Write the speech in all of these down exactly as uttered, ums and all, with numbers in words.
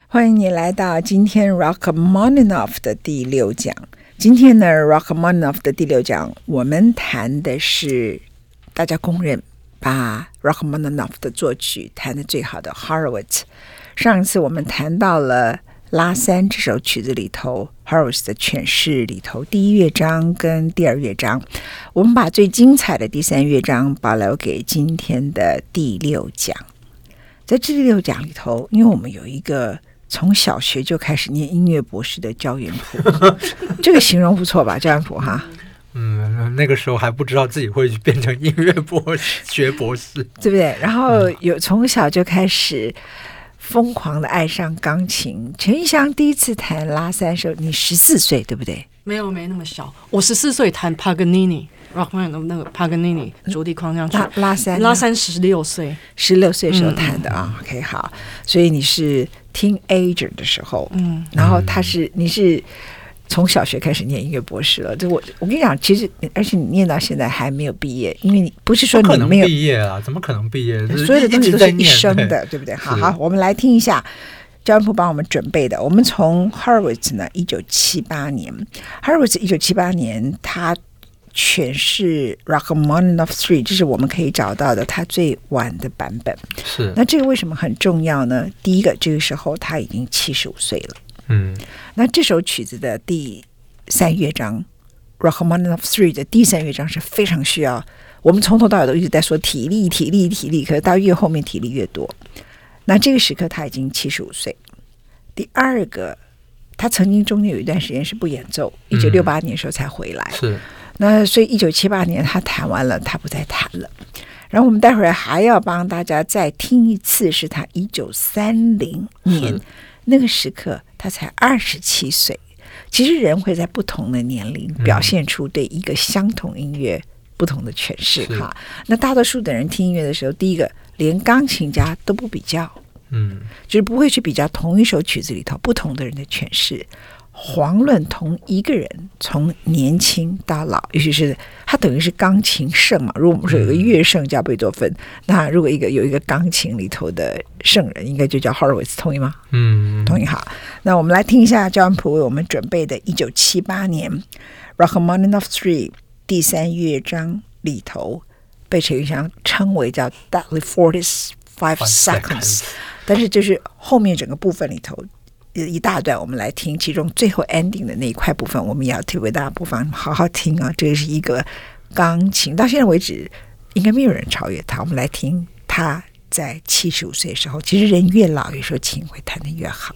欢迎你来到今天 Rachmaninoff 的第六讲。今天呢 Rachmaninoff 的第六讲，我们谈的是大家公认把 Rachmaninoff 的作曲弹得最好的 Horowitz。 上一次我们谈到了拉三这首曲子里头 Horowitz 的诠释里头第一乐章跟第二乐章，我们把最精彩的第三乐章保留给今天的第六讲。在这第六讲里头，因为我们有一个从小学就开始念音乐博士的焦元溥，这个形容不错吧，焦元溥哈？ 嗯，那个时候还不知道自己会变成音乐博士，学博士， 对不对？然后有从小就开始疯狂的爱上钢琴。陈玉香第一次弹拉三的时候，你十四岁，对不对？ 没有，没那么小，我十四岁弹帕格尼尼。Rachmaninoff 那个帕格尼尼主题框架曲， 拉拉三拉三十六岁， 十六岁的时候弹的啊、嗯、，OK 好，所以你是 teenager 的时候，嗯，然后他是你是从小学开始念音乐博士了，就我我跟你讲，其实而且你念到现在还没有毕业，因为你不是说你没有毕业啊，怎么可能毕业？ 所有的东西都是一生的，对不对？好好，我们来听一下焦元溥帮我们准备的。我们从 Horowitz 呢，一九七八年 ，Horowitz 一九七八年他诠释 Rachmaninoff 三， 这是我们可以找到的他最晚的版本。 是， 那这个为什么很重要呢？第一个，这个时候他已经七十五岁了。 嗯， 那这首曲子的第三乐章 Rachmaninoff 三的第三乐章是非常需要，我们从头到尾都一直在说体力体力体力，可是到越后面体力越多。那这个时刻他已经七十五岁。第二个，他曾经中间有一段时间是不演奏，一九六八年的时候才回来。 是， 那所以一九七八年他弹完了，他不再弹了。然后我们待会儿还要帮大家再听一次，是他一九三零年那个时刻，他才二十七岁。其实人会在不同的年龄表现出对一个相同音乐不同的诠释哈。那大多数的人听音乐的时候，第一个连钢琴家都不比较， 嗯， 就是不会去比较同一首曲子里头不同的人的诠释。遑论同一个人从年轻到老，尤其是他等于是钢琴圣嘛。如果我们说有个乐圣叫贝多芬，那如果一个有一个钢琴里头的圣人，应该就叫 Horowitz， 同意吗？ 嗯， 同意。好，那我们来听一下焦元溥为我们准备的一九七八年 Rachmaninoff 三第三乐章里头，被陈玉香称为叫 Deadly forty-five seconds， 但是就是后面整个部分里头一大段，我们来听其中最后 ending 的那一块部分，我们也要特别大家不妨好好听啊！这是一个钢琴，到现在为止应该没有人超越他。我们来听他在七十五岁的时候，其实人越老，有时候琴会弹得越好。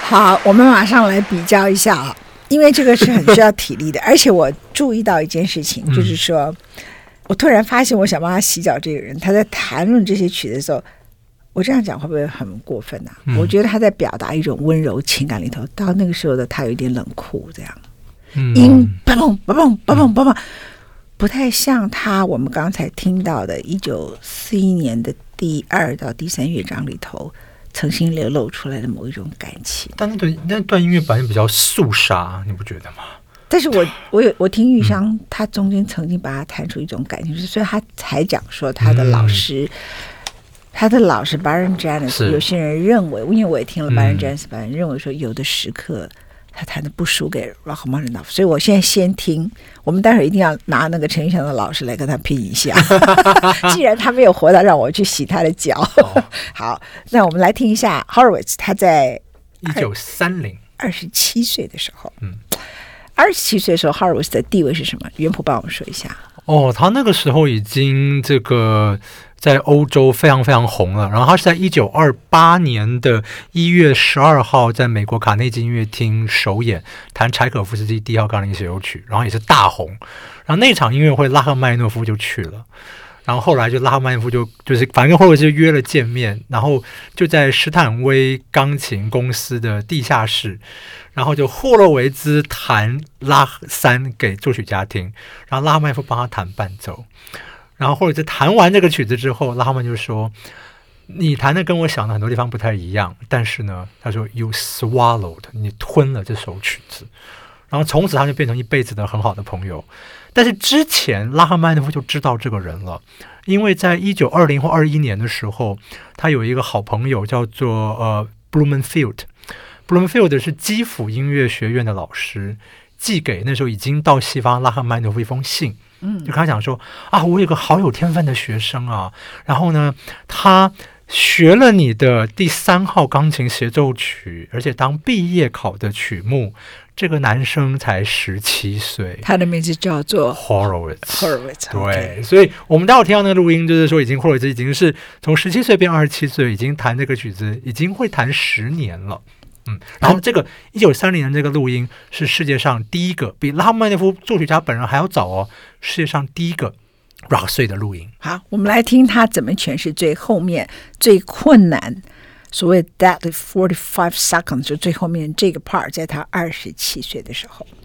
好，我们马上来比较一下啊，因为这个是很需要体力的，而且我注意到一件事情， 嗯就是说，我突然发现，我想帮他洗脚这个人，他在谈论这些曲子的时候，我这样讲会不会很过分啊？ 嗯我觉得他在表达一种温柔情感里头，到那个时候的他有一点冷酷，这样， 嗯音嘣嘣嘣嘣嘣嘣嘣嘣，不太像他我们刚才听到的一九四一年的第二到第三乐章里头曾经流露出来的某一种感情。 但那段那段音乐版比较肃杀，你不觉得吗？ 但是我我有我听玉香，嗯、他中间曾经把他弹出一种感情，所以他才讲说他的老师，嗯、他的老师 Baron Janis， 有些人认为，因为我也听了 Baron Janis， 嗯、认为说有的时刻他弹的不输给 Rachmaninoff， 所以我现在先听，我们待会儿一定要拿那个陈玉香的老师来跟他拼一下。既然他没有活到让我去洗他的脚，哦、好，那我们来听一下 Horowitz， 他在一九三零二十七岁的时候， 嗯。 二十七岁的时候 ，Horowitz 的地位是什么？袁普帮我们说一下。 哦，他那个时候已经这个在欧洲非常非常红了。然后他是在一九二八年的一月十二号，在美国卡内基音乐厅首演，弹柴可夫斯基第一号钢琴协奏曲，然后也是大红。然后那场音乐会，拉赫曼尼诺夫就去了。然后后来就拉赫曼尼诺夫就就是反正跟霍维兹约了见面，然后就在施坦威钢琴公司的地下室。然后就霍洛维兹弹拉三给作曲家听，然后拉赫曼尼诺夫帮他弹伴奏。然后霍洛维兹弹完这个曲子之后，拉赫曼就说：“你弹的跟我想的很多地方不太一样，但是呢，他说 you swallowed， 你吞了这首曲子。”然后从此他就变成一辈子的很好的朋友。但是之前拉赫曼尼诺夫就知道这个人了，因为在一九二零或二一年的时候，他有一个好朋友叫做呃 Blumenfield。Blumenfield 是基辅音乐学院的老师，寄给那时候已经到西方拉赫曼尼诺夫一封信，嗯，就跟他讲说啊，我有个好有天分的学生啊，然后呢，他学了你的第三号钢琴协奏曲，而且当毕业考的曲目。这个男生才十七岁， 他的名字叫做 Horowitz。 Horowitz， 对， okay. 所以我们待会听到那个录音，就是说已经 Horowitz 已经是从十七岁变二十七岁，已经弹这个曲子，已经会弹十年了。嗯，然后这个一九三零年这个录音是世界上第一个，比拉赫曼尼诺夫作曲家本人还要早哦，世界上第一个rock碎的录音。 好，我们来听他怎么诠释最后面最困难。所谓 that forty-five seconds 就最后面这个 part， 在他二十七岁的时候。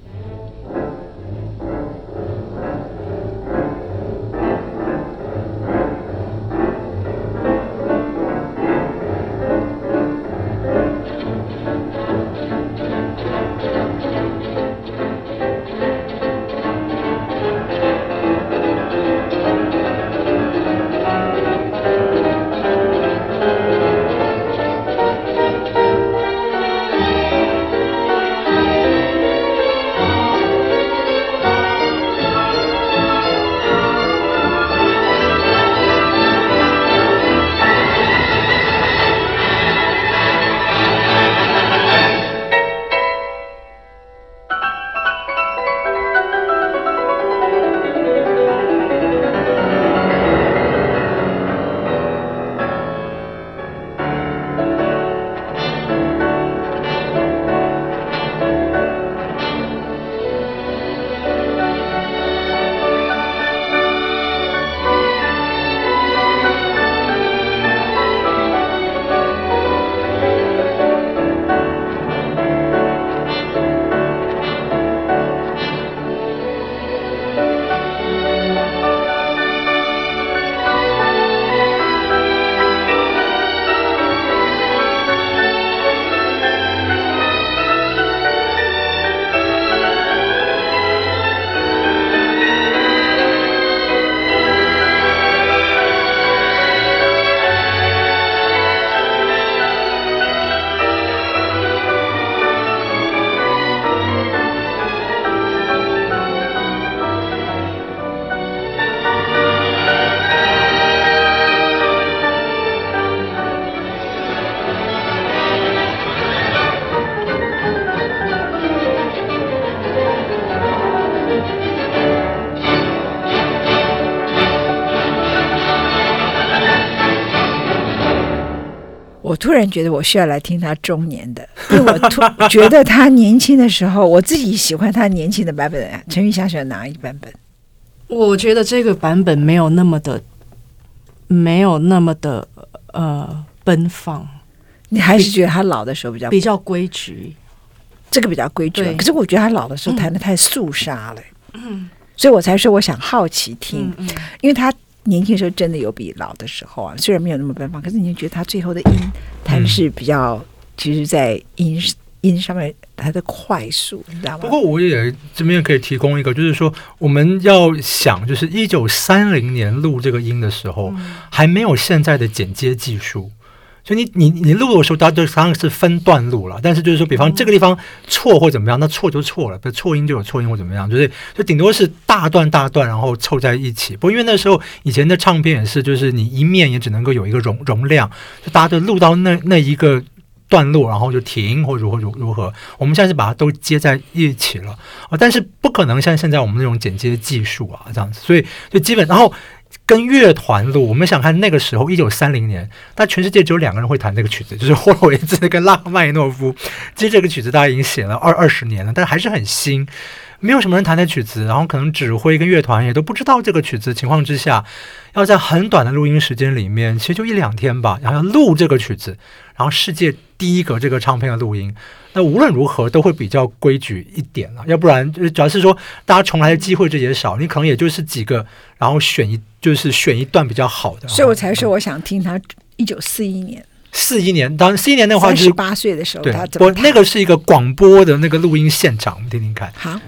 我突然觉得我需要来听他中年的，因为我突觉得他年轻的时候，我自己喜欢他年轻的版本。陈玉霞喜欢哪一版本？ 我觉得这个版本没有那么的，没有那么的呃奔放。 你还是觉得他老的时候比较比较规矩， 这个比较规矩。可是我觉得他老的时候弹得太肃杀了， 嗯， 所以我才说我想好奇听， 嗯嗯、 因为他年轻的时候真的有比老的时候啊，虽然没有那么奔放，可是你就觉得他最后的音弹是比较，嗯、其实在音音上面它的快速，你知道吗？ 不过我也这边可以提供一个，就是说我们要想，就是一九三零年录这个音的时候，嗯、还没有现在的剪接技术。所以你你你录的时候，它就当然是分段录了，但是就是说，比方这个地方错或怎么样，那错就错了，不错音就有错音或怎么样，就是就顶多是大段大段，然后凑在一起。不过因为那时候以前的唱片也是，就是你一面也只能够有一个容容量，就大家就录到那那一个段落，然后就停或如何如如何。我们现在是把它都接在一起了啊，但是不可能像现在我们那种剪接技术啊这样子，所以就基本然后。跟乐团录，我们想看那个时候，一九三零年，但全世界只有两个人会弹这个曲子，就是霍洛维兹跟拉赫曼尼诺夫。其实这个曲子大家已经写了二二十年了，但还是很新，没有什么人弹的曲子，然后可能指挥跟乐团也都不知道这个曲子情况之下，要在很短的录音时间里面，其实就一两天吧，然后要录这个曲子，然后世界第一个这个唱片的录音。那无论如何都会比较规矩一点了，要不然主要是说大家重来的机会这也少，你可能也就是几个，然后选一就是选一段比较好的。 所以我才说我想听他一九四一年。 四一年，当然四一年的话就是十八岁的时候， 对， 他怎么弹？ 我那个是一个广播的那个录音现场，我们听听看。 好。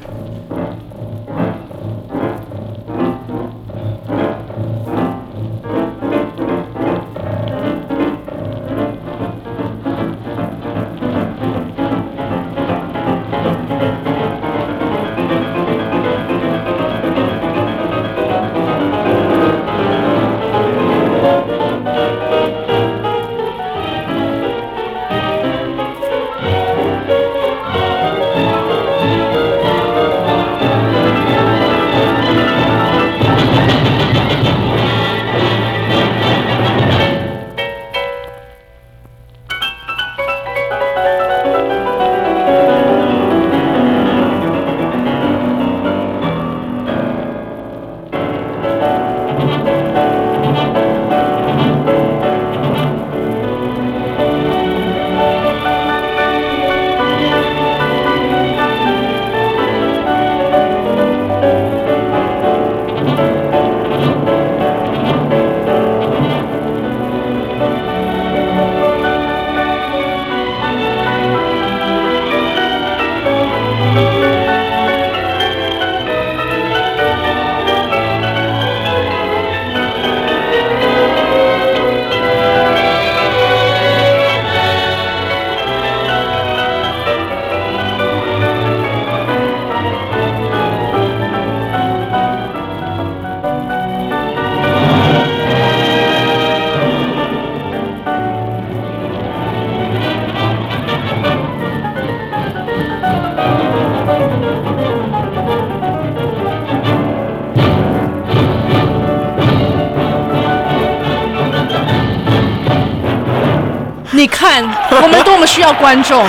你看，我们多么需要观众，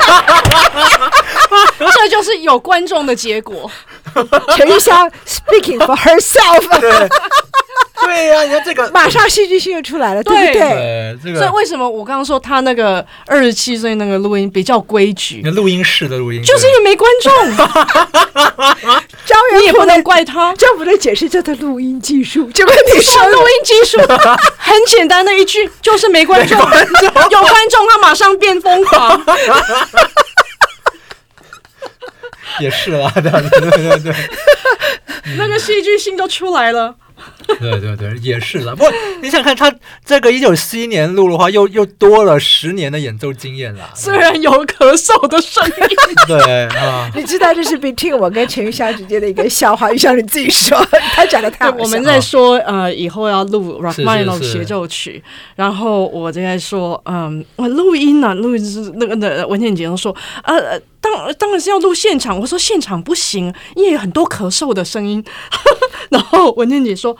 这就是有观众的结果。 陈玉香 speaking for herself 对。对呀、啊，你看这个， 马上戏剧性就出来了，对不对？ 对，这个。 所以为什么我刚刚说他那个二十七岁那个录音比较规矩？ 那录音室的录音， 就是因为没观众。 张元你也不能怪他。 张福的解释叫做录音技术，就跟你说录音技术很简单的一句，就是没观众。有观众，他马上变疯狂。 也是啦，对对对对， 那个戏剧性都出来了。 对对对，也是啦。不过你想看他这个一九四一年录的话，又又多了十年的演奏经验啦。 虽然有咳嗽的声音， 对啊， 你知道这是 between 我跟陈玉香之间的一个笑话，玉香你自己说，他讲的太好笑。 我们在说呃以后要录 Rachmaninoff 协奏曲，然后我就在说嗯，我录音呢、啊，录音那个的文倩姐都说呃。当当然是要录现场，我说现场不行，因为有很多咳嗽的声音。然后文倩姐说：“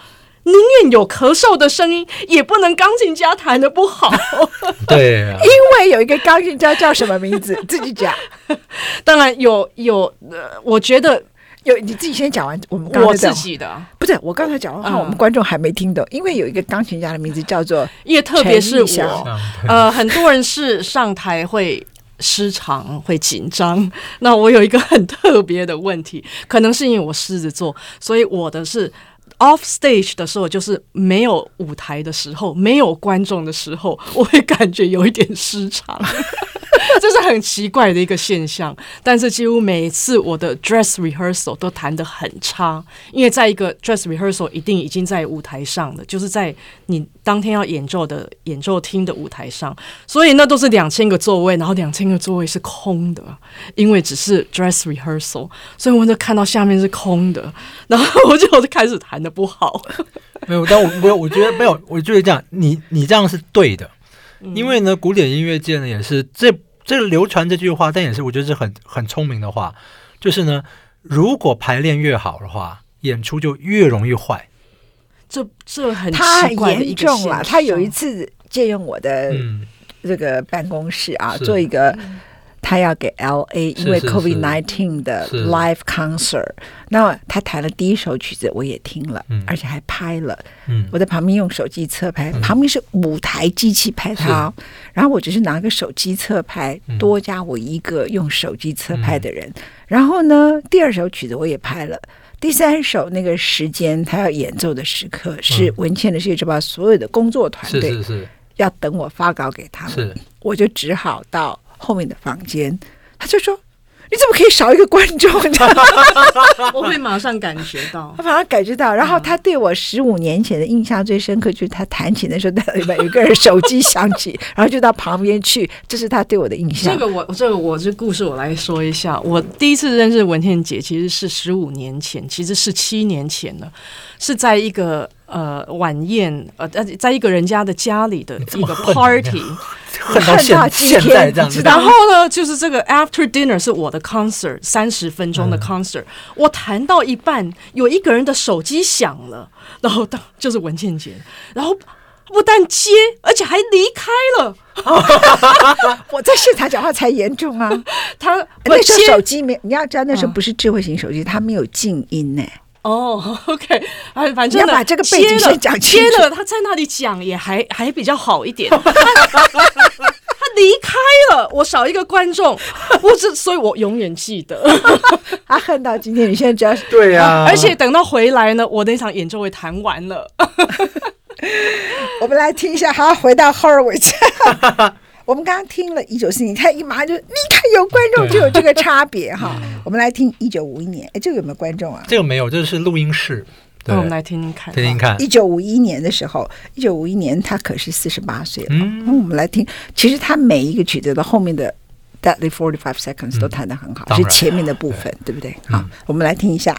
宁愿有咳嗽的声音，也不能钢琴家弹得不好。 对、啊， 因为有一个钢琴家叫什么名字？自己讲。 当然有有，呃，我觉得有你自己先讲完。我们刚才我自己的不是我刚才讲的话， 嗯我们观众还没听懂。因为有一个钢琴家的名字叫做， 因为特别是陈奕我翔， 呃，很多人是上台会失常，会紧张。那我有一个很特别的问题，可能是因为我狮子座，所以我的是。off stage 的时候，就是没有舞台的时候，没有观众的时候，我会感觉有一点失常，这是很奇怪的一个现象。但是几乎每次我的 dress rehearsal 都弹得很差，因为在一个 dress rehearsal 一定已经在舞台上的，就是在你当天要演奏的演奏厅的舞台上，所以那都是两千个座位，然后两千个座位是空的，因为只是 dress rehearsal， 所以我就看到下面是空的，然后我就开始弹得不好。 没有，但我我我觉得没有，我觉得这样，你你这样是对的，因为呢，古典音乐界呢也是这这流传这句话，但也是我觉得是很很聪明的话，就是呢，如果排练越好的话，演出就越容易坏。 这这很他很奇怪的一严个现象。 重了。他有一次借用我的嗯， 这个办公室啊， 是做一个。他要给 L A 因为是是 COVID 十九 的是 live concert，那他弹了第一首曲子，我也听了， 嗯而且还拍了。 嗯我在旁边用手机侧拍， 嗯旁边是舞台机器拍他，然后我只是拿个手机侧拍， 嗯多加我一个用手机侧拍的人。然后呢，第二首曲子我也拍了。第三首那个时间他要演奏的时刻是文茜的世界之宝所有的工作团队是是是要等我发稿给他们， 是， 我就只好到后面的房间，他就说：“你怎么可以少一个观众？” 我会马上感觉到他马上感觉到，然后他对我十五年前的印象最深刻，就是他弹琴的时候，在里面有一个人手机响起，然后就到旁边去，这是他对我的印象。 这个我这个我这故事我来说一下。我第一次认识文茜姐其实是十五年前，其实是七年前了，是在一个呃晚宴，呃，在一个人家的家里的一个 party。 恨到现现在这样子， 然后呢，就是这个 after dinner 是我的 concert， 三十分钟的 concert，、嗯、我弹到一半，有一个人的手机响了，然后当就是文茜姐，然后不但接，而且还离开了。 我在现场讲话才严重啊！ 他那时候手机没，你要知道那时候不是智慧型手机，它没有静音呢、欸。 哦、oh, ，OK， 反正你要把这个背景先讲清楚。 接了，他在那里讲也还还比较好一点。他离开了，我少一个观众，我这所以，我永远记得。 他恨到今天，你现在只要对呀、啊， 而且等到回来呢，我那场演奏会弹完了。 我们来听一下，好，回到 Horowitz。我们刚刚听了一九四零，他一马上就你看有观众就有这个差别哈。我们来听一九五一年，哎，这个有没有观众啊？ 这个没有，这是录音室。 对，我们来听听看， 听听看。 一九五一年的时候，一九五一年他可是四十八岁了。嗯，我们来听，其实他每一个曲子的后面的 Deadly forty five seconds 都弹得很好，是前面的部分，对不对？好，我们来听一下。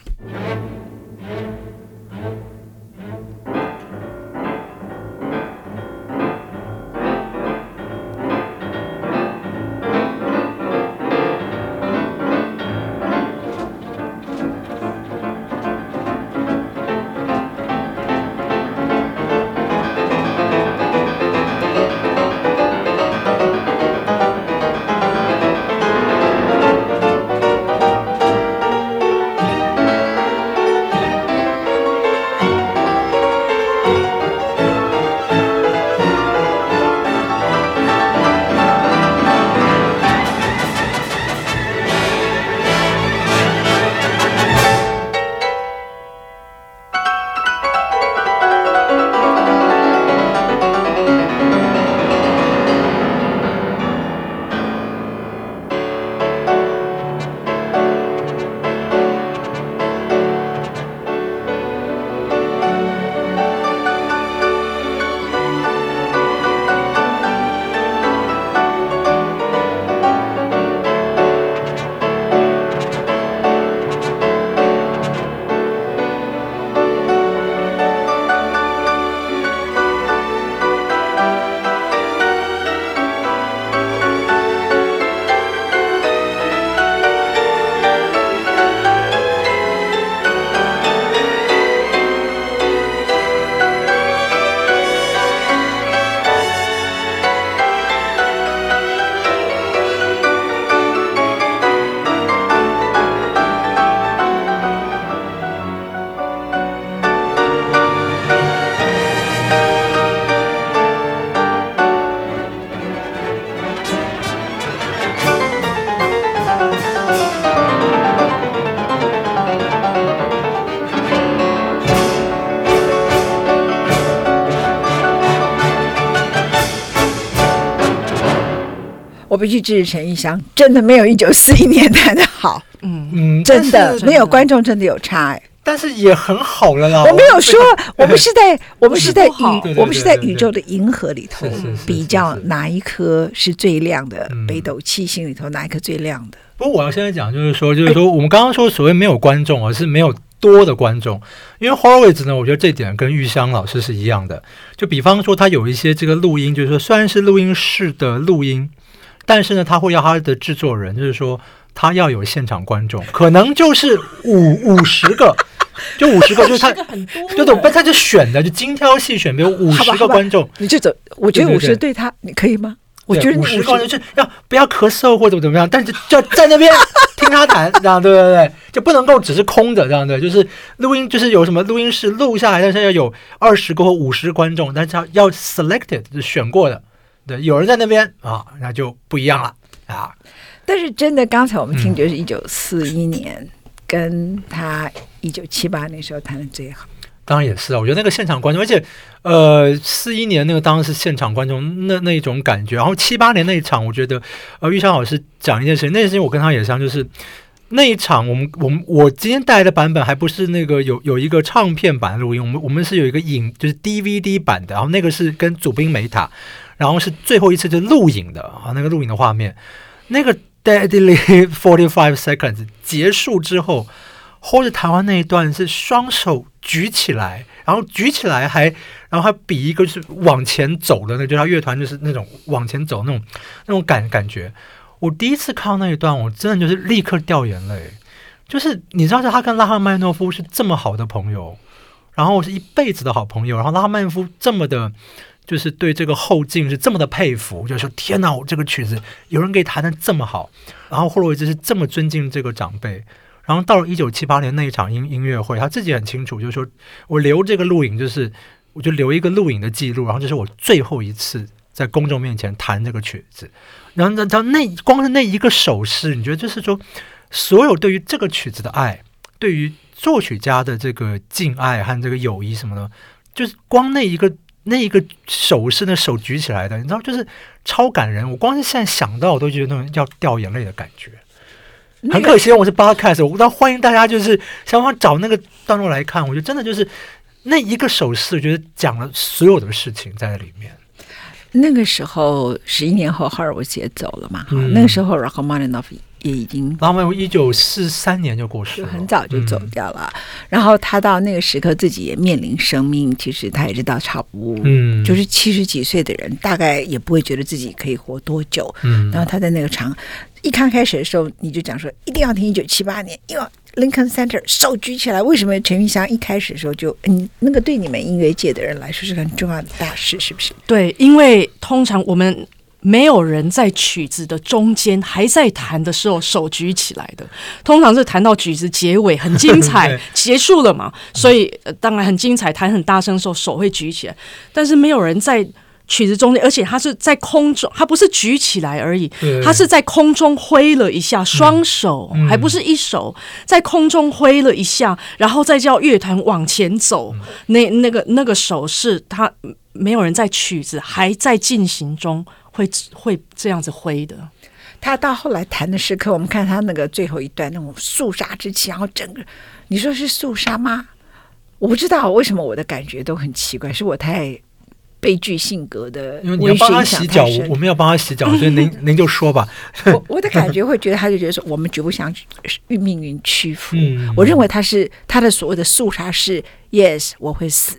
我必须支持陈玉香，真的没有一九四一年弹的好， 嗯嗯， 真的但是没有观众真的有差哎。 但是也很好了啦。 我没有说，我们是在我们是在宇对对我们是在宇宙的银河里头是是是是比较是哪一颗是最亮的， 嗯北斗七星里头哪一颗最亮的。 不过我要现在讲，就是说，就是说，我们刚刚说所谓没有观众，而是没有多的观众。因为 Horowitz 呢，我觉得这点跟玉香老师是一样的。就比方说，他有一些这个录音，就是说，虽然是录音室的录音，但是呢，他会要他的制作人，就是说，他要有现场观众，可能就是五五十个。就五十个，就是他，对对，不，他就选的，就精挑细选，比如五十个观众， 你就走。我觉得对对对五十对他，你可以吗？我觉得五五十十个人就是要不要咳嗽或者怎么样，但是就在那边听他弹，这样对对对，就不能够只是空的这样对，就是录音，就是有什么录音室录下来，但是要有二十个或五十观众，但是要要 selected 就是选过的，对，有人在那边啊，那就不一样了啊。 但是真的，刚才我们听就是一九四一年。嗯跟他一九七八那时候谈的最好， 当然也是啊。我觉得那个现场观众，而且呃，四一年那个当然是现场观众那那一种感觉。然后七八年那一场，我觉得呃，玉香老师讲一件事情，那件事情我跟他也像，就是那一场我们我们我今天带来的版本还不是那个有有一个唱片版的录音，我们我们是有一个影就是 D V D 版的，然后那个是跟祖宾梅塔，然后是最后一次就录影的啊，那个录影的画面，那个。Deadly forty-five seconds 结束之后 ，hold 着台湾那一段是双手举起来，然后举起来还，然后还比一个是往前走的那，就是他乐团就是那种往前走那种那种感感觉。我第一次看到那一段，我真的就是立刻掉眼泪。就是你知道，他跟拉赫曼诺夫是这么好的朋友，然后是一辈子的好朋友，然后拉赫曼诺夫这么的。就是对这个后劲是这么的佩服，就是说天哪，我这个曲子有人可以弹得这么好，然后霍洛维兹是这么尊敬这个长辈，然后到了一九七八年那一场音音乐会，他自己很清楚，就是说我留这个录影，就是我就留一个录影的记录，然后这是我最后一次在公众面前弹这个曲子，然后然后那光是那一个手势，你觉得就是说所有对于这个曲子的爱，对于作曲家的这个敬爱和这个友谊什么的，就是光那一个。那一个手势，那手举起来的，你知道，就是超感人。我光是现在想到，我都觉得那种要掉眼泪的感觉。很可惜，我是 podcast， 我倒欢迎大家就是想法找那个段落来看。我觉得真的就是那一个手势，我觉得讲了所有的事情在里面。 那个时候，十一年后，哈尔维茨也走了嘛。 嗯、 那个时候 Rachmaninoff 也已经， 拉赫曼诺夫一九四三年就过世了， 就很早就走掉了。嗯、然后他到那个时刻，自己也面临生命，其实他也知道差不多，嗯，就是七十几岁的人，大概也不会觉得自己可以活多久。嗯，然后他在那个场一刚开始的时候，你就讲说一定要听一九七八年，因为 Lincoln Center 手举起来。为什么陈玉香一开始的时候就，嗯，那个对你们音乐界的人来说是很重要的大事，是不是？ 对，因为通常我们。没有人在曲子的中间还在弹的时候手举起来的，通常是弹到曲子结尾很精彩结束了嘛，所以、呃、当然很精彩，弹很大声的时候手会举起来，但是没有人在曲子中间，而且他是在空中，他不是举起来而已，他是在空中挥了一下双手、嗯、还不是一手，在空中挥了一下，然后再叫乐团往前走、嗯、那那个那个手势，他没有人在曲子还在进行中会会这样子挥的。 他到后来弹的时刻，我们看他那个最后一段那种肃杀之气，然后整个你说是肃杀吗？我不知道为什么我的感觉都很奇怪，是我太悲剧性格的， 因为你要帮他洗脚，我们要帮他洗脚，所以您您就说吧。 我我的感觉会觉得，他就觉得说，我们绝不向命运屈服。嗯、我认为他是他的所谓的肃杀是 ，yes， 我会死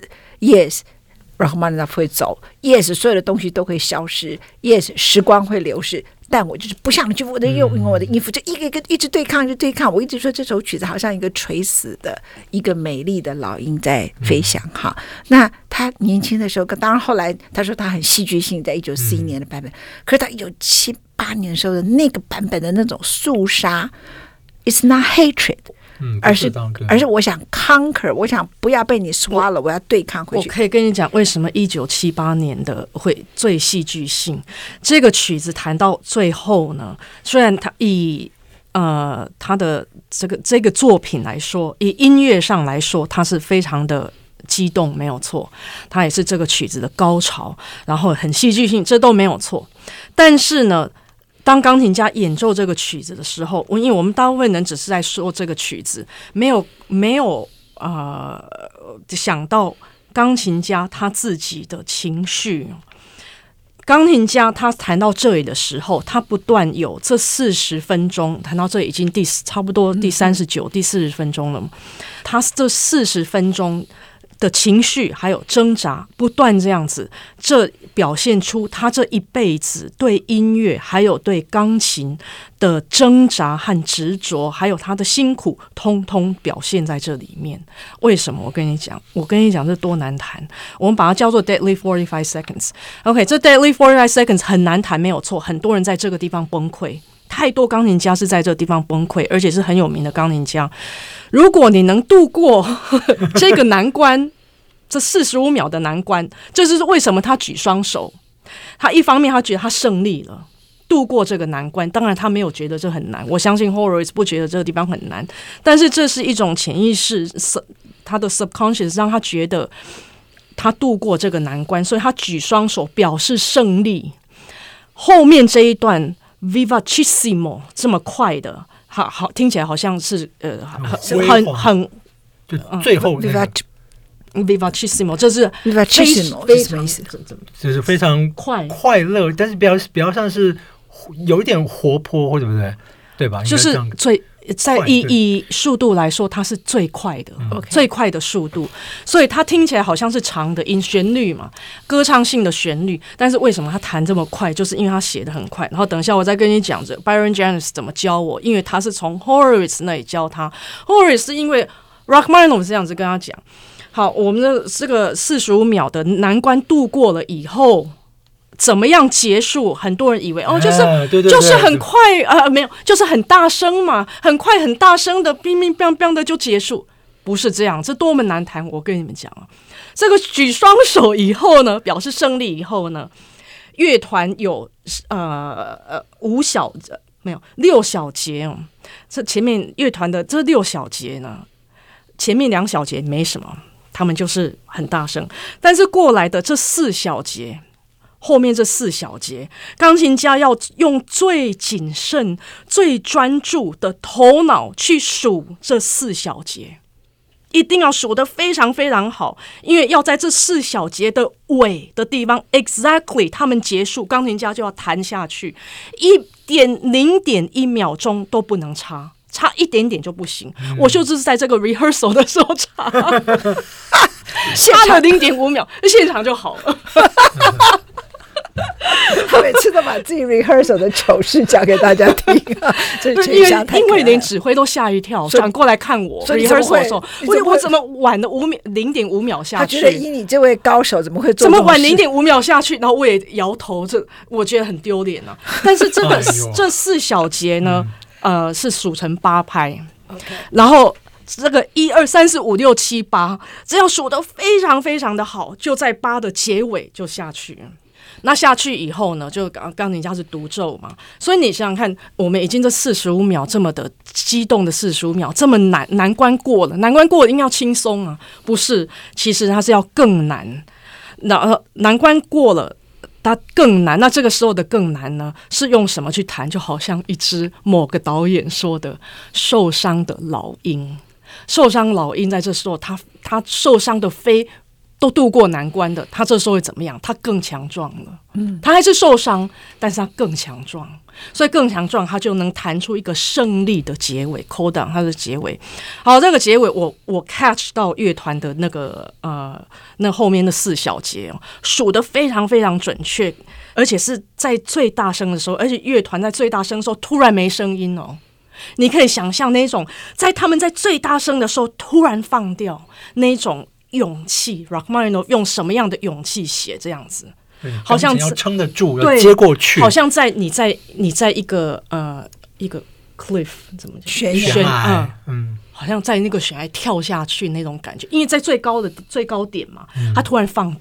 ，yes。Rachmaninoff 会走 ，yes， 所有的东西都会消失 ，yes， 时光会流逝，但我就是不向你屈服，我的用我的衣服就一个一个一直对抗，一直对抗。我一直说这首曲子好像一个垂死的一个美丽的老鹰在飞翔哈。嗯、那他年轻的时候，当然后来他说他很戏剧性，在一九四一年的版本，嗯、可是他一九七八年时候的那个版本的那种肃杀 ，it's not hatred。 嗯、 而是而是我想 conquer， 我想不要被你swallow，我, 我要对抗回去。 我可以跟你讲，为什么一九七八年的会最戏剧性？这个曲子弹到最后呢，虽然它以呃它的这个这个作品来说，以音乐上来说，它是非常的激动，没有错，它也是这个曲子的高潮，然后很戏剧性，这都没有错。但是呢， 当钢琴家演奏这个曲子的时候，因为我们大部分人只是在说这个曲子，没有没有呃想到钢琴家他自己的情绪。钢琴家他弹到这里的时候，他不断有这四十分钟，弹到这里已经第差不多第三十九、第四十分钟了。他这四十分钟的情绪还有挣扎，不断这样子，这表现出他这一辈子对音乐还有对钢琴的挣扎和执着，还有他的辛苦，通通表现在这里面。为什么？我跟你讲，我跟你讲这多难弹。我们把它叫做 Deadly forty-five seconds。OK， 这 Deadly forty-five seconds 很难弹，没有错。很多人在这个地方崩溃，太多钢琴家是在这个地方崩溃，而且是很有名的钢琴家。如果你能度过这个难关，这四十五秒的难关，这就是为什么他举双手。他一方面他觉得他胜利了，度过这个难关。当然他没有觉得这很难，我相信 Horowitz 不觉得这个地方很难，但是这是一种潜意识，他的 subconscious 让他觉得他度过这个难关，所以他举双手表示胜利。后面这一段 vivacissimo 这么快的，好好听起来好像是呃很很很就最后那个。 Vivacissimo， 这是 Vivacissimo 是什么意思？ 就是非常快快乐，但是比较比较像是有一点活泼，或者不对，对吧？ 就是最在以以速度来说，它是最快的，嗯、最快的速度，所以它听起来好像是长的音旋律嘛，歌唱性的旋律。但是为什么他弹这么快？就是因为他写得很快。然后等一下我再跟你讲着 Byron Janis 怎么教我，因为他是从 Horowitz 那里教他。Horowitz 是因为 Rachmaninoff 这样子跟他讲。好，我们的这个四十五秒的难关度过了以后，怎么样结束？很多人以为哦，就是、啊、对对对就是很快呃，没有，就是很大声嘛，很快很大声的，乒乒乓乓的就结束，不是这样，这多么难弹！我跟你们讲啊，这个举双手以后呢，表示胜利以后呢，乐团有呃呃五小没有六小节哦，这前面乐团的这六小节呢，前面两小节没什么。他们就是很大声，但是过来的这四小节，后面这四小节，钢琴家要用最谨慎、最专注的头脑去数这四小节，一定要数得非常非常好，因为要在这四小节的尾的地方 ，exactly 他们结束，钢琴家就要弹下去，一点零点一秒钟都不能差。差一点点就不行，嗯、我就是在这个 rehearsal 的时候差，差了零点五秒，现场就好了。 他每次都把自己 rehearsal 的糗事讲给大家听、啊，这因为因为连指挥都吓一跳，转过来看我 rehearsal 的时候，我我怎么晚了五秒零点五秒下去？ 他觉得以你这位高手怎么会做怎么晚零点五秒下去？然后我也摇头，这我觉得很丢脸啊。但是这个、哎、这四小节呢？嗯呃，是数成八拍， okay. 然后这个一二三四五六七八，只要数得非常非常的好，就在八的结尾就下去。那下去以后呢，就刚刚人家是独奏嘛，所以你想想看，我们已经这四十五秒这么的激动的四十五秒，这么难难关过了，难关过了应该要轻松啊，不是？其实它是要更难，那难关过了。它更难，那这个时候的更难呢，是用什么去弹？就好像一只某个导演说的受伤的老鹰，受伤老鹰在这时候，他他受伤的飞都度过难关的，他这时候会怎么样？他更强壮了，嗯，他还是受伤，但是他更强壮，所以更强壮，他就能弹出一个胜利的结尾 ，coda 它的结尾。好，这个结尾我我 catch 到乐团的那个呃那后面的四小节哦，数得非常非常准确，而且是在最大声的时候，而且乐团在最大声的时候突然没声音哦。你可以想象那种在他们在最大声的时候突然放掉那种勇气 ，Rachmaninoff 用什么样的勇气写这样子？好像要撑得住，要接过去， 好像在你在你在一个呃一个 cliff 怎么讲悬崖，嗯， 好像在那个悬崖跳下去那种感觉，因为在最高的最高点嘛，嗯、它突然放掉了。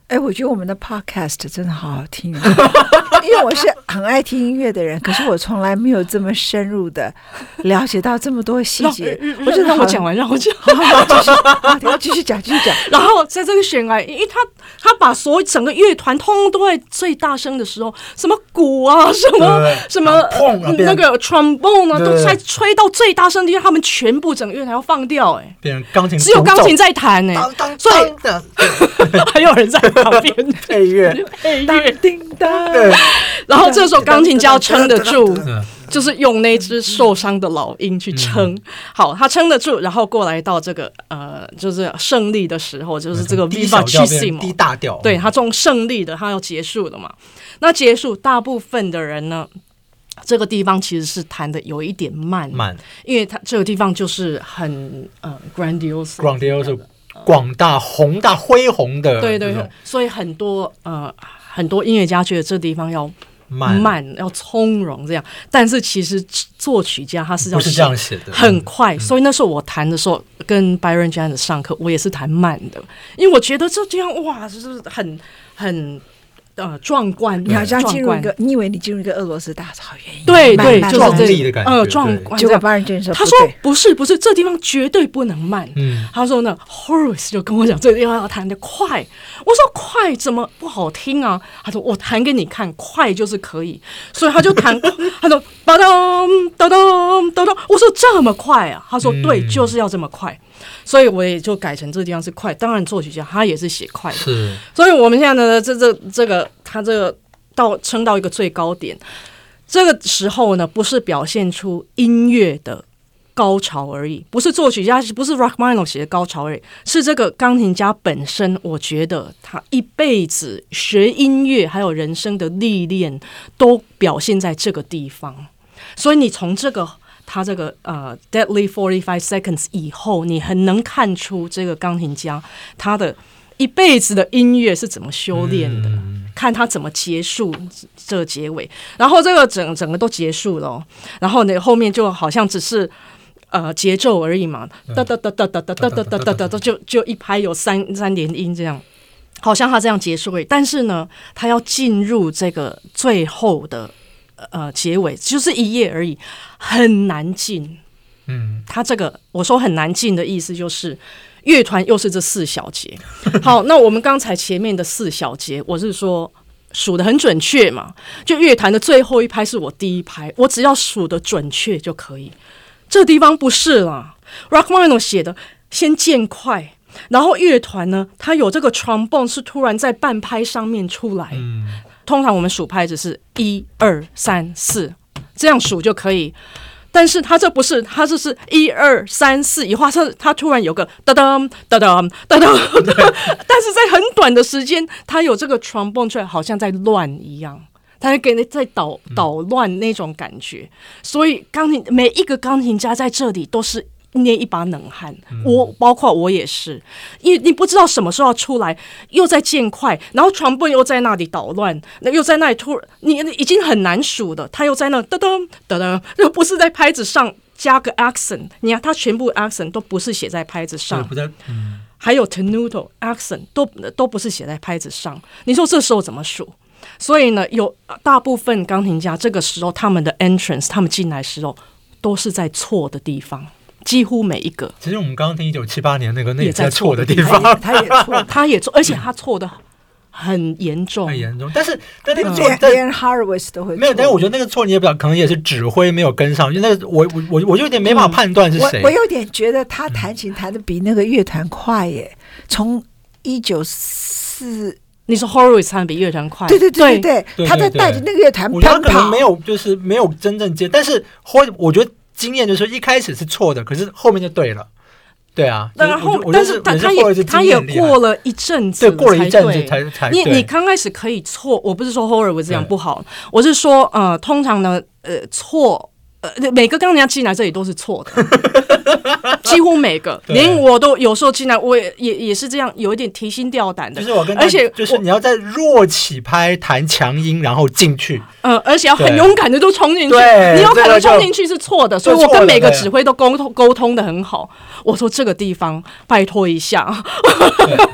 哎，我觉得我们的 podcast 真的好好听、啊，因为我是很爱听音乐的人，可是我从来没有这么深入的了解到这么多细节。 我觉得让我讲完，让我讲， 好好继续，好，继续讲，继续讲。 然后在这个选来，因为他他把所有整个乐团通通都在最大声的时候，什么鼓啊，什么什么、呃、那个 trombone 啊，都在吹到最大声的地方，他们全部整个乐团要放掉、欸，哎， 变成钢琴， 只有钢琴在弹、欸，哎，所以还有人在旁边配乐， 配乐， 叮当。 然后这时候钢琴家要撑得住，就是用那只受伤的老鹰去撑。嗯、好，他撑得住，然后过来到这个呃，就是胜利的时候，就是这个 Vivacissimo 低大调， 对，他从胜利的，他要结束了嘛。那结束，大部分的人呢，这个地方其实是弹的有一点慢， 慢， 因为他这个地方就是很呃 grandiose。 广大宏大恢宏的， 对对对，所以很多呃很多音乐家觉得这地方要慢, 慢要从容这样，但是其实作曲家他是要不是这样写的， 很快、 嗯、 所以那时候我弹的时候跟 Byron James 上课，我也是弹慢的，因为我觉得这地方哇就是很很呃壮观， 你好像进入一个，你以为你进入一个俄罗斯大草原一样， 对对， 慢就是这壮丽的感觉， 呃壮观。 结果巴人说， 他说不是不是，这地方绝对不能慢。嗯，他说呢 ，Horowitz 就跟我讲，这个地方要弹得快。我说快怎么不好听啊？他说我弹给你看，快就是可以。所以他就弹，他说哒咚哒咚哒咚。我说这么快啊？他说对，就是要这么快。所以我也就改成这个地方是快。当然作曲家他也是写快的， 是。 所以我们现在呢，这这这个他这个。到撑到一个最高点，这个时候呢，不是表现出音乐的高潮而已，不是作曲家，不是 Rachmaninoff 写的高潮而已，是这个钢琴家本身。我觉得他一辈子学音乐还有人生的历练，都表现在这个地方。所以你从这个他这个呃 Deadly forty-five seconds 以后，你很能看出这个钢琴家他的一辈子的音乐是怎么修炼的。嗯，看他怎么结束这个结尾，然后这个整整个都结束了、哦，然后呢后面就好像只是呃节奏而已嘛，哒哒哒哒哒哒哒哒哒哒哒，就就一拍有三三连音这样，好像他这样结束而已。但是呢，他要进入这个最后的呃结尾，就是一页而已，很难进。嗯，他这个我说很难进的意思就是。乐团又是这四小节，好，那我们刚才前面的四小节，我是说数得很准确嘛，就乐团的最后一拍是我第一拍，我只要数得准确就可以。这地方不是啦 ，Rachmaninoff 写的先渐快，然后乐团呢，它有这个 trombone 是突然在半拍上面出来，嗯、通常我们数拍子是一二三四这样数就可以。但是他这不是，他这是一二三四，一画他他突然有个哒哒哒哒哒哒，但是在很短的时间，他有这个 trombone 出来，好像在乱一样，他给你在捣捣乱那种感觉。所以钢琴每一个钢琴家在这里都是捏一把冷汗，我包括我也是，因为你不知道什么时候要出来，又在渐快，然后传播又在那里捣乱，又在那里突，你已经很难数的，他又在那噔噔噔噔，又不是在拍子上加个 accent， 你看他全部 accent 都不是写在拍子上，嗯、还有 tenuto accent 都都不是写在拍子上，你说这时候怎么数？所以呢，有大部分钢琴家这个时候他们的 entrance， 他们进来的时候都是在错的地方。几乎每一个， 其实我们刚刚听一九七八年那个，那也在错的地方， 他也错， 他也错，而且他错的很严重， 很严重。但是，但那个错， 连 Horowitz 都会没有。但是我觉得那个错，你也表可能也是指挥没有跟上，因为那个我我我我就有点没法判断是谁、 嗯我。我有点觉得他弹琴弹的比那个乐团快耶，从一九四。 你说 Horowitz 弹比乐团快， 对对对对对，他在带着那个乐团奔跑，我觉得可能没有，就是没有真正接，但是我觉得。经验就是一开始是错的，可是后面就对了，对啊。 然后，但是他他也他也过了一阵子， 对，过了一阵子才才。 你你刚开始可以错，我不是说 Horowitz 这样不好，我是说呃，通常呢，呃，错，呃，每个钢琴家进来这里都是错的，几乎每个，连我都有时候进来，我也也也是这样，有一点提心吊胆的。 就是我跟，而且就是你要在弱起拍弹强音，然后进去。嗯， 而且要很勇敢的都冲进去，你有可能冲进去是错的，所以我跟每个指挥都沟通沟通的很好。我说这个地方拜托一下，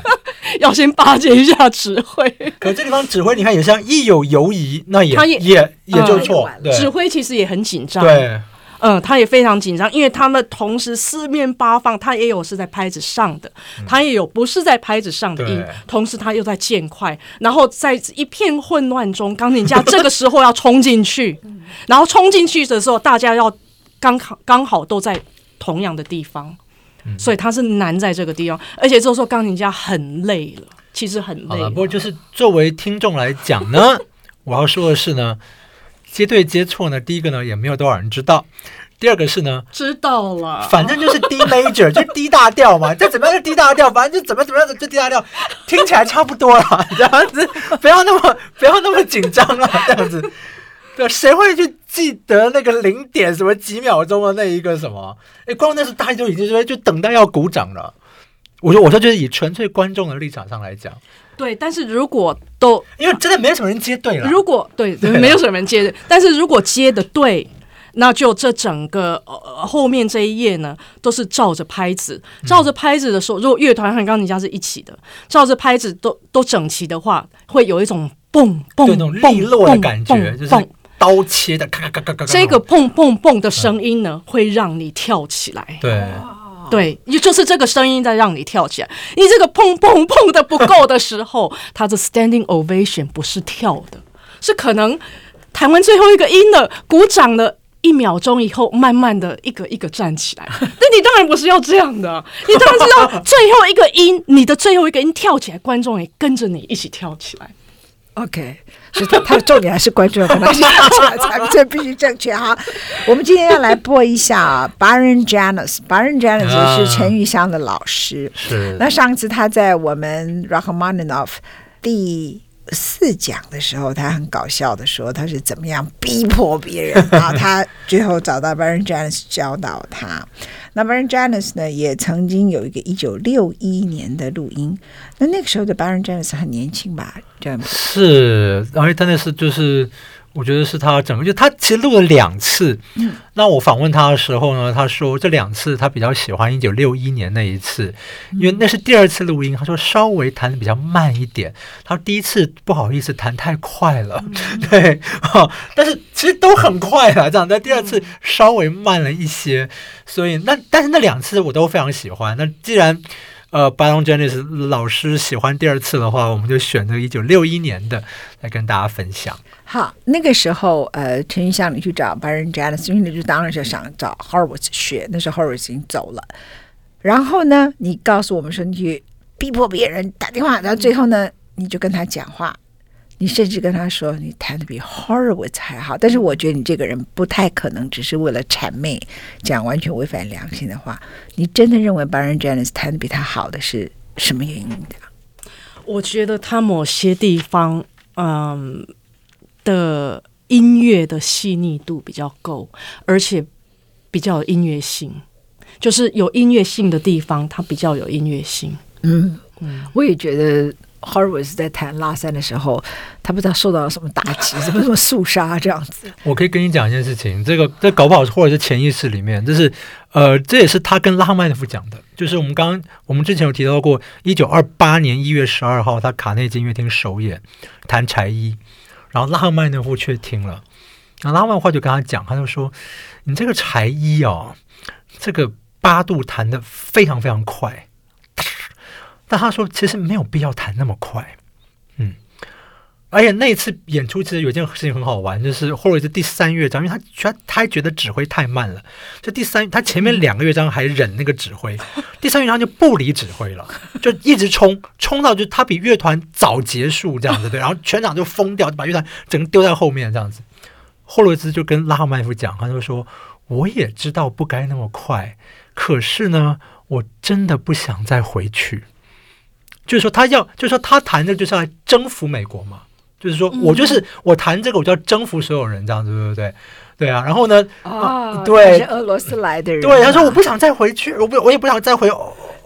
要先巴结一下指挥。 可这地方指挥你看也像一有犹疑，那也他也也也就错、 嗯、 对， 指挥其实也很紧张， 对。 嗯，他也非常紧张，因为他们同时四面八方，他也有是在拍子上的，嗯、他也有不是在拍子上的音，同时他又在渐快，然后在一片混乱中，钢琴家这个时候要冲进去，然后冲进去的时候，大家要刚好刚好都在同样的地方，嗯、所以他是难在这个地方，而且这时候钢琴家很累了，其实很累了。 好了，不过就是作为听众来讲呢，我要说的是呢。接对接错呢，第一个呢也没有多少人知道，第二个是呢知道了， 反正就是 D major 就是 D 大调嘛，这怎么样是 D 大调，反正就怎么怎么样就 D 大调，听起来差不多了，这样子不要那么不要那么紧张啊，这样子，对，谁会去记得那个零点什么几秒钟的那一个什么？哎，光那时候大家就已经说就等待要鼓掌了。我说我说就是以纯粹观众的立场上来讲。 对，但是如果都因为真的没有什么人接对了， 如果 对, 对没有什么人接对，但是如果接的对，那就这整个、呃、后面这一页呢都是照着拍子，照着拍子的时候，如果乐团和钢琴家是一起的，照着拍子都都整齐的话，会有一种蹦蹦那种利落的感觉，就是刀切的咔咔咔咔咔， 这个蹦蹦蹦的声音呢，嗯、会让你跳起来。 对。 对，就是这个声音在让你跳起来。你这个砰砰砰的不够的时候，他的 standing ovation 不是跳的，是可能弹完最后一个音了，鼓掌了一秒钟以后，慢慢的一个一个站起来。但你当然不是要这样的，你当然是要最后一个音，你的最后一个音跳起来，观众也跟着你一起跳起来。 OK， 所以他的重点还是观众跟他一起跳起来，才这必须正确哈。我们今天要来播一下 Byron Janis，Byron Janis 是陈玉香的老师。 是。 那上次他在我们 Rachmaninoff 第四讲的时候，他很搞笑的说他是怎么样逼迫别人，然后他最后找到 Byron Janis 教导他。那 Byron Janis 呢，也曾经有一个一九六一年的录音。那那个时候的 Byron Janis 很年轻吧？ 是，然后真的是就是。我觉得是他整个，就他其实录了两次。嗯，那我访问他的时候呢，他说这两次他比较喜欢一九六一年那一次，因为那是第二次录音。他说稍微弹的比较慢一点，他说第一次不好意思弹太快了，嗯、对、哦，但是其实都很快了，这样。但第二次稍微慢了一些，所以那但是那两次我都非常喜欢。那既然呃 Byron Janis 老师喜欢第二次的话，我们就选这个一九六一年的来跟大家分享。 好，那个时候，呃，陈玉香你去找 Byron Janis， 因为你就当然是想找 Horowitz 学，那时候 Horowitz 已经走了。然后呢，你告诉我们说你去逼迫别人打电话，然后最后呢，你就跟他讲话，你甚至跟他说你弹的比 Horowitz 还好。但是我觉得你这个人不太可能只是为了谄媚讲完全违反良心的话。你真的认为 Byron Janis 弹的比他好的是什么原因的？ 我觉得他某些地方，嗯。的音乐的细腻度比较够，而且比较有音乐性，就是有音乐性的地方，它比较有音乐性。嗯嗯， 我也觉得 Horowitz 在弹拉三的时候，他不知道受到了什么打击，什么什么肃杀这样子。 我可以跟你讲一件事情，这个这搞不好或者是潜意识里面，这是呃，这也是他跟拉赫曼尼夫讲的，就是我们刚刚我们之前有提到过，一九二八年一月十二号，他卡内基音乐厅首演弹柴一。然后拉赫曼尼夫却听了，然后拉赫曼尼夫就跟他讲，他就说：“你这个柴一哦，这个八度弹得非常非常快。”但他说其实没有必要弹那么快，嗯。而且那一次演出其实有一件事情很好玩，就是霍瑞兹第三乐章，因为他他他觉得指挥太慢了，就第三他前面两个乐章还忍那个指挥，第三乐章就不理指挥了，就一直冲冲到就他比乐团早结束这样子，对，然后全场就疯掉，就把乐团整个丢在后面这样子。霍瑞兹就跟拉赫曼尼夫讲，他就说：“我也知道不该那么快，可是呢，我真的不想再回去。”就是说他要，就是说他弹的就是要来征服美国嘛。就是说我就是我弹这个，我就要征服所有人，这样子，对不对？对啊，然后呢？ 哦， 对， 是俄罗斯来的人。 对，他说我不想再回去，我不，我也不想再回欧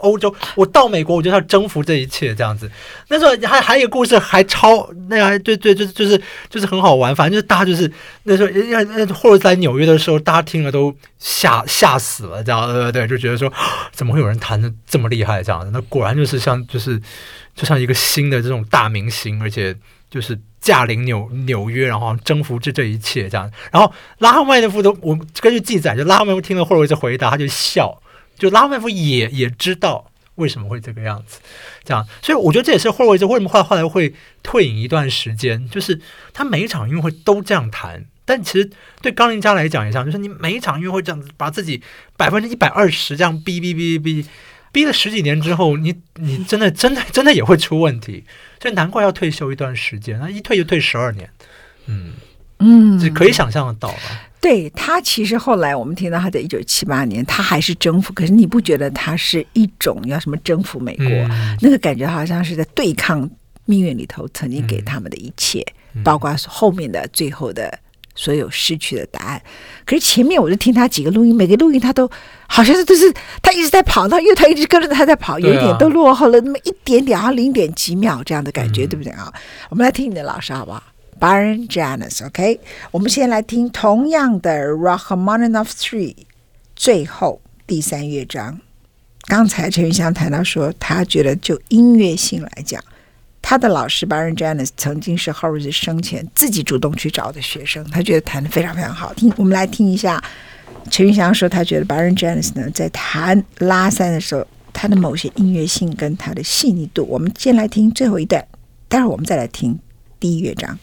欧洲，我到美国我就要征服这一切这样子。那时候还还有一个故事还超那个还对对就是就是就是很好玩，反正就是大家就是那时候或者在纽约的时候，大家听了都吓吓死了这样，对对对，就觉得说怎么会有人弹得这么厉害这样子？那果然就是像就是就像一个新的这种大明星，而且就是驾临纽纽约，然后征服这这一切这样。然后拉赫曼尼夫都，我根据记载，就拉赫曼尼夫听了霍洛维兹回答，他就笑，就拉赫曼尼夫也也知道为什么会这个样子，这样。所以我觉得这也是霍洛维兹为什么后来后来会退隐一段时间，就是他每一场音乐会都这样弹。但其实对钢琴家来讲也像，就是你每一场音乐会这样子把自己百分之一百二十这样逼逼逼逼。逼了十几年之后，你你真的真的真的也会出问题，所以难怪要退休一段时间，那一退就退十二年，嗯嗯，这可以想象得到了。 对，他其实后来我们听到他在一九七八年，他还是征服，可是你不觉得他是一种要什么征服美国、嗯、那个感觉好像是在对抗命运里头曾经给他们的一切、嗯、包括后面的最后的所有失去的答案。可是前面我就听他几个录音，每个录音他都好像是都是他一直在跑，那乐团一直跟着他在跑，有一点都落后了那么一点点，好像零点几秒这样的感觉、嗯、对不对啊？我们来听你的老师好不好？ Byron Janis OK， 我们先来听同样的 Rachmaninoff 三最后第三乐章。刚才陈云香谈到说他觉得就音乐性来讲，他的老师 Byron Janis 曾经是 Horowitz 生前自己主动去找的学生，他觉得弹得非常非常好听。我们来听一下陈云祥说他觉得 Byron Janis 呢在弹拉三的时候他的某些音乐性跟他的细腻度。我们先来听最后一段，待会儿我们再来听第一乐章。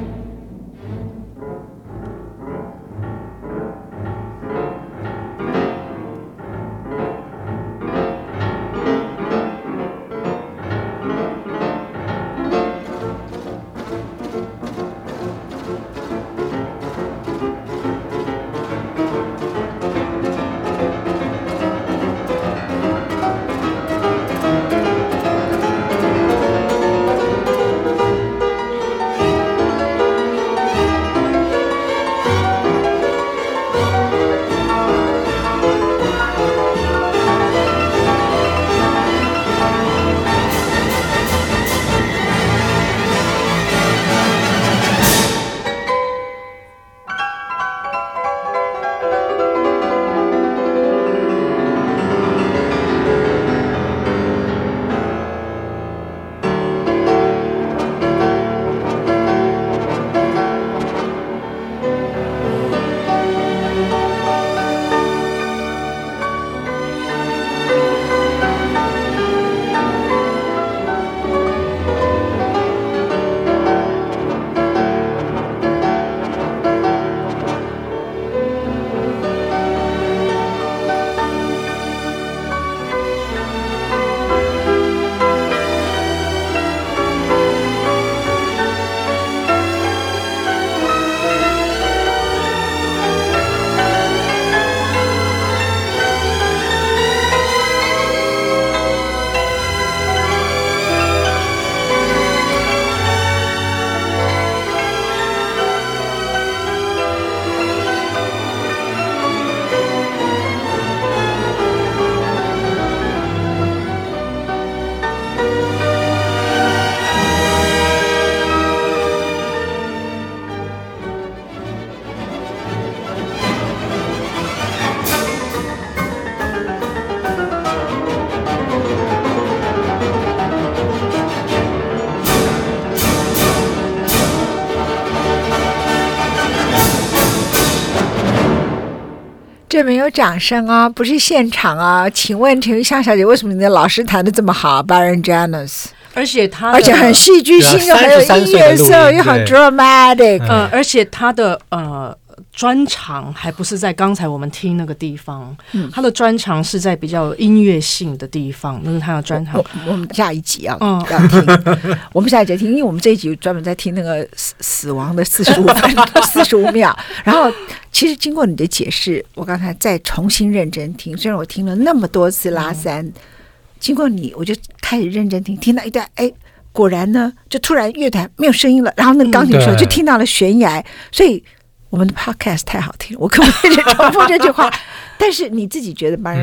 这没有掌声啊，不是现场啊。请问陈玉香小姐，为什么你的老师弹得这么好 Byron Janis？ 而且他而且很戏剧性，又很有音乐色，又很 dramatic。 嗯，而且他的呃专长还不是在刚才我们听那个地方，嗯、他的专长是在比较有音乐性的地方，那是他的专长。 我, 我们下一集啊、嗯、要听，我们下一集听，因为我们这一集专门在听那个死死亡的四十五分钟四十五秒，然后。其实经过你的解释，我刚才再重新认真听，虽然我听了那么多次拉三、嗯、经过你我就开始认真听，听到一段，哎，果然呢就突然乐团没有声音了，然后那钢琴手就听到了悬崖、嗯、所以我们的 podcast 太好听了，我可不可以重复这句话但是你自己觉得 Byron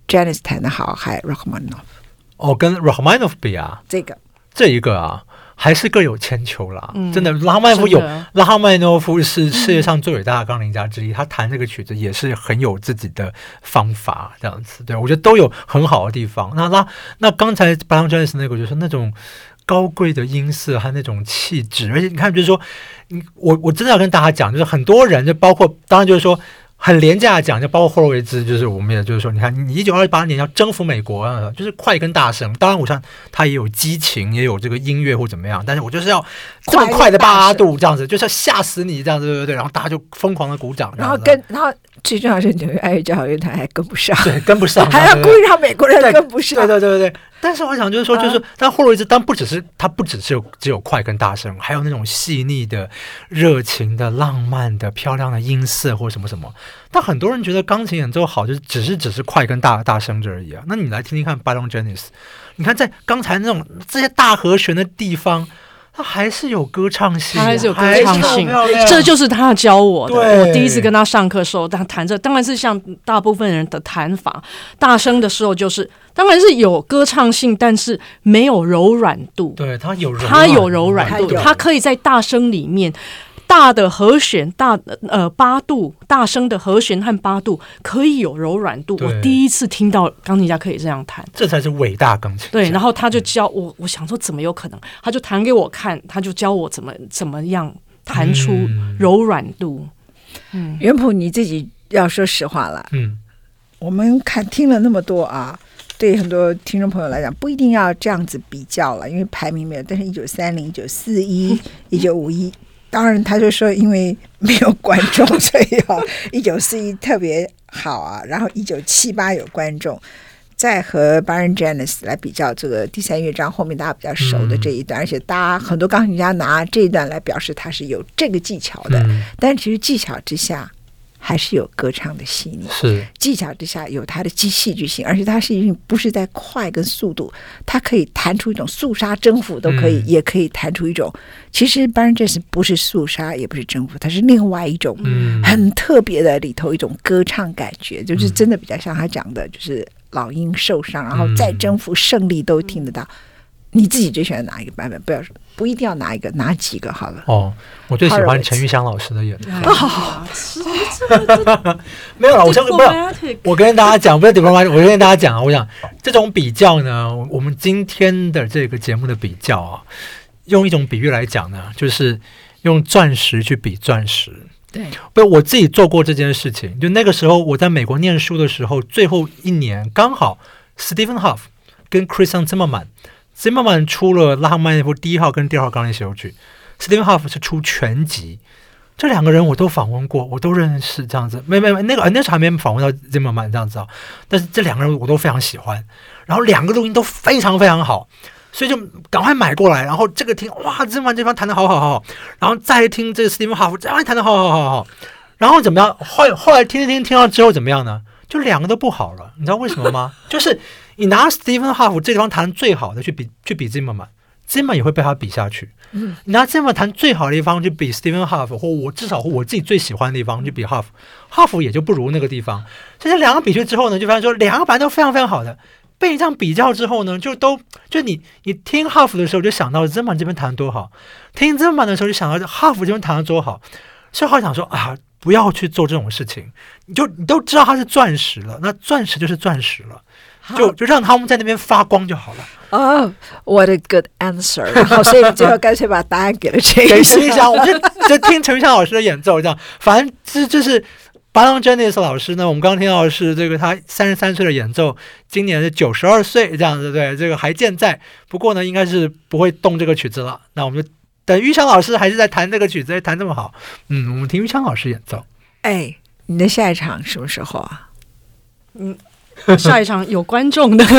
Janis 弹的好，还 Rachmaninoff？ 哦，跟 Rachmaninoff 比啊， 这个这一个啊，还是各有千秋啦。 嗯、 真的，拉赫曼诺夫有，拉赫曼诺夫是世界上最伟大的钢琴家之一，嗯、他弹这个曲子也是很有自己的方法，这样子。对，我觉得都有很好的地方。那拉，那刚才巴朗 Janis 那个就是那种高贵的音色和那种气质，而且你看，就是说，我我真的要跟大家讲，就是很多人，就包括当然就是说。很廉价的讲，就包括霍洛维兹，就是我们也就是说，你看，你一九二八年要征服美国啊，就是快跟大声。当然，我想他也有激情，也有这个音乐或怎么样，但是我就是要这么快的八度这样子，就是要吓死你这样子，对不对？然后大家就疯狂的鼓掌， 然后跟然后最重要是纽约爱乐交响乐团还跟不上， 对，跟不上， 还要故意让美国人跟不上， 对对对对对。但是我想就是说，就是、嗯、但霍洛维兹当然不只是他不只是有只有快跟大声，还有那种细腻的、热情的、浪漫的、漂亮的音色或什么什么。但很多人觉得钢琴演奏好，就是只是只是快跟大大声而已啊。那你来听听看 Baron Janis， 你看在刚才那种这些大和弦的地方。他还是有歌唱性， 他还是有歌唱性，这就是他教我的。我第一次跟他上课的时候，他弹着当然是像大部分人的弹法，大声的时候就是当然是有歌唱性，但是没有柔软度。 对，他有柔软他有柔软度，他可以在大声里面。大的和弦，大呃八度，大声的和弦和八度可以有柔软度。我第一次听到钢琴家可以这样弹， 这才是伟大钢琴。 对，然后他就教我，我想说怎么有可能？他就弹给我看，他就教我怎么怎么样弹出柔软度。 嗯，元溥你自己要说实话了。 嗯， 我们看听了那么多啊。对很多听众朋友来讲，不一定要这样子比较了，因为排名没有。但是，一九三零、一九四一、一九五一。当然，他就说，因为没有观众，所以啊，一九四一特别好啊。然后一九七八有观众，再和 Baron Janis 来比较这个第三乐章后面大家比较熟的这一段，嗯、而且大家很多钢琴家拿这一段来表示他是有这个技巧的，嗯、但其实技巧之下。还是有歌唱的细腻， 是技巧之下有它的戏剧性，而且它戏剧性不是在快跟速度，它可以弹出一种肃杀征服都可以，嗯、也可以弹出一种，其实 Baron Janis 不是肃杀也不是征服，它是另外一种很特别的里头一种歌唱感觉，嗯、就是真的比较像他讲的，就是老鹰受伤，然后再征服胜利都听得到。你自己最喜欢哪一个版本？不要不一定要拿一个，拿几个好了。 哦，我最喜欢陈玉香老师的演奏。 哦， 没有了，我先不要。我跟大家讲，不是 diplomatic， 我跟大家讲啊，我想这种比较呢，我们今天的这个节目的比较啊，用一种比喻来讲呢，就是用钻石去比钻石。 对， 不，我自己做过这件事情。就那个时候我在美国念书的时候，最后一年刚好 Stephen Hough 跟 Christian Zimmermann。Zimmermann 出了拉赫曼尼诺夫第一号跟第二号钢琴协奏曲 ，Stephen Hough 是出全集。这两个人我都访问过，我都认识这样子。没没没，那个那时候还没访问到 Zimmermann 这样子啊。但是这两个人我都非常喜欢，然后两个录音都非常非常好，所以就赶快买过来。然后这个听哇 ，Zimmermann 这方弹得好好好好，然后再听这个 Stephen Hough 这方弹得好好好好，然后怎么样？后后来听听听听到之后怎么样呢？就两个都不好了，你知道为什么吗？就是你拿 Stephen Hough 这地方弹最好的去比去比 Zimmermann，Zimmermann 也会被他比下去。嗯，你拿 Zimmermann 弹最好的地方去比 Stephen Hough， 或我至少我自己最喜欢的地方去比 Hough，Hough 也就不如那个地方。这些两个比去之后呢，就发现说两个版都非常非常好的。被你这样比较之后呢，就都就你你听 Hough 的时候就想到 Zimmermann 这边弹多好，听 Zimmermann 的时候就想到 Hough 这边弹得多好，所以好想说啊。不要去做这种事情，你就你都知道它是钻石了，那钻石就是钻石了，就就让他们在那边发光就好了。 哦、oh, ，what a good answer！ 然后所以你最后干脆把答案给了陈玉香，陈玉香，我就就听陈玉香老师的演奏，这样，反正这这是巴朗 Janis 老师呢。我们刚刚听到的是这个他三十三岁的演奏，今年是九十二岁，这样子对，这个还健在。不过呢，应该是不会动这个曲子了。那我们就。等玉香老师还是在弹这个曲子，弹这么好，嗯，我们听玉香老师演奏。 哎，你的下一场什么时候啊？ 嗯，下一场有观众的，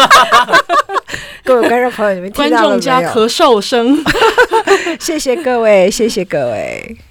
各位观众朋友，你们听到了没有？ 观众加咳嗽声， 谢谢各位，谢谢各位。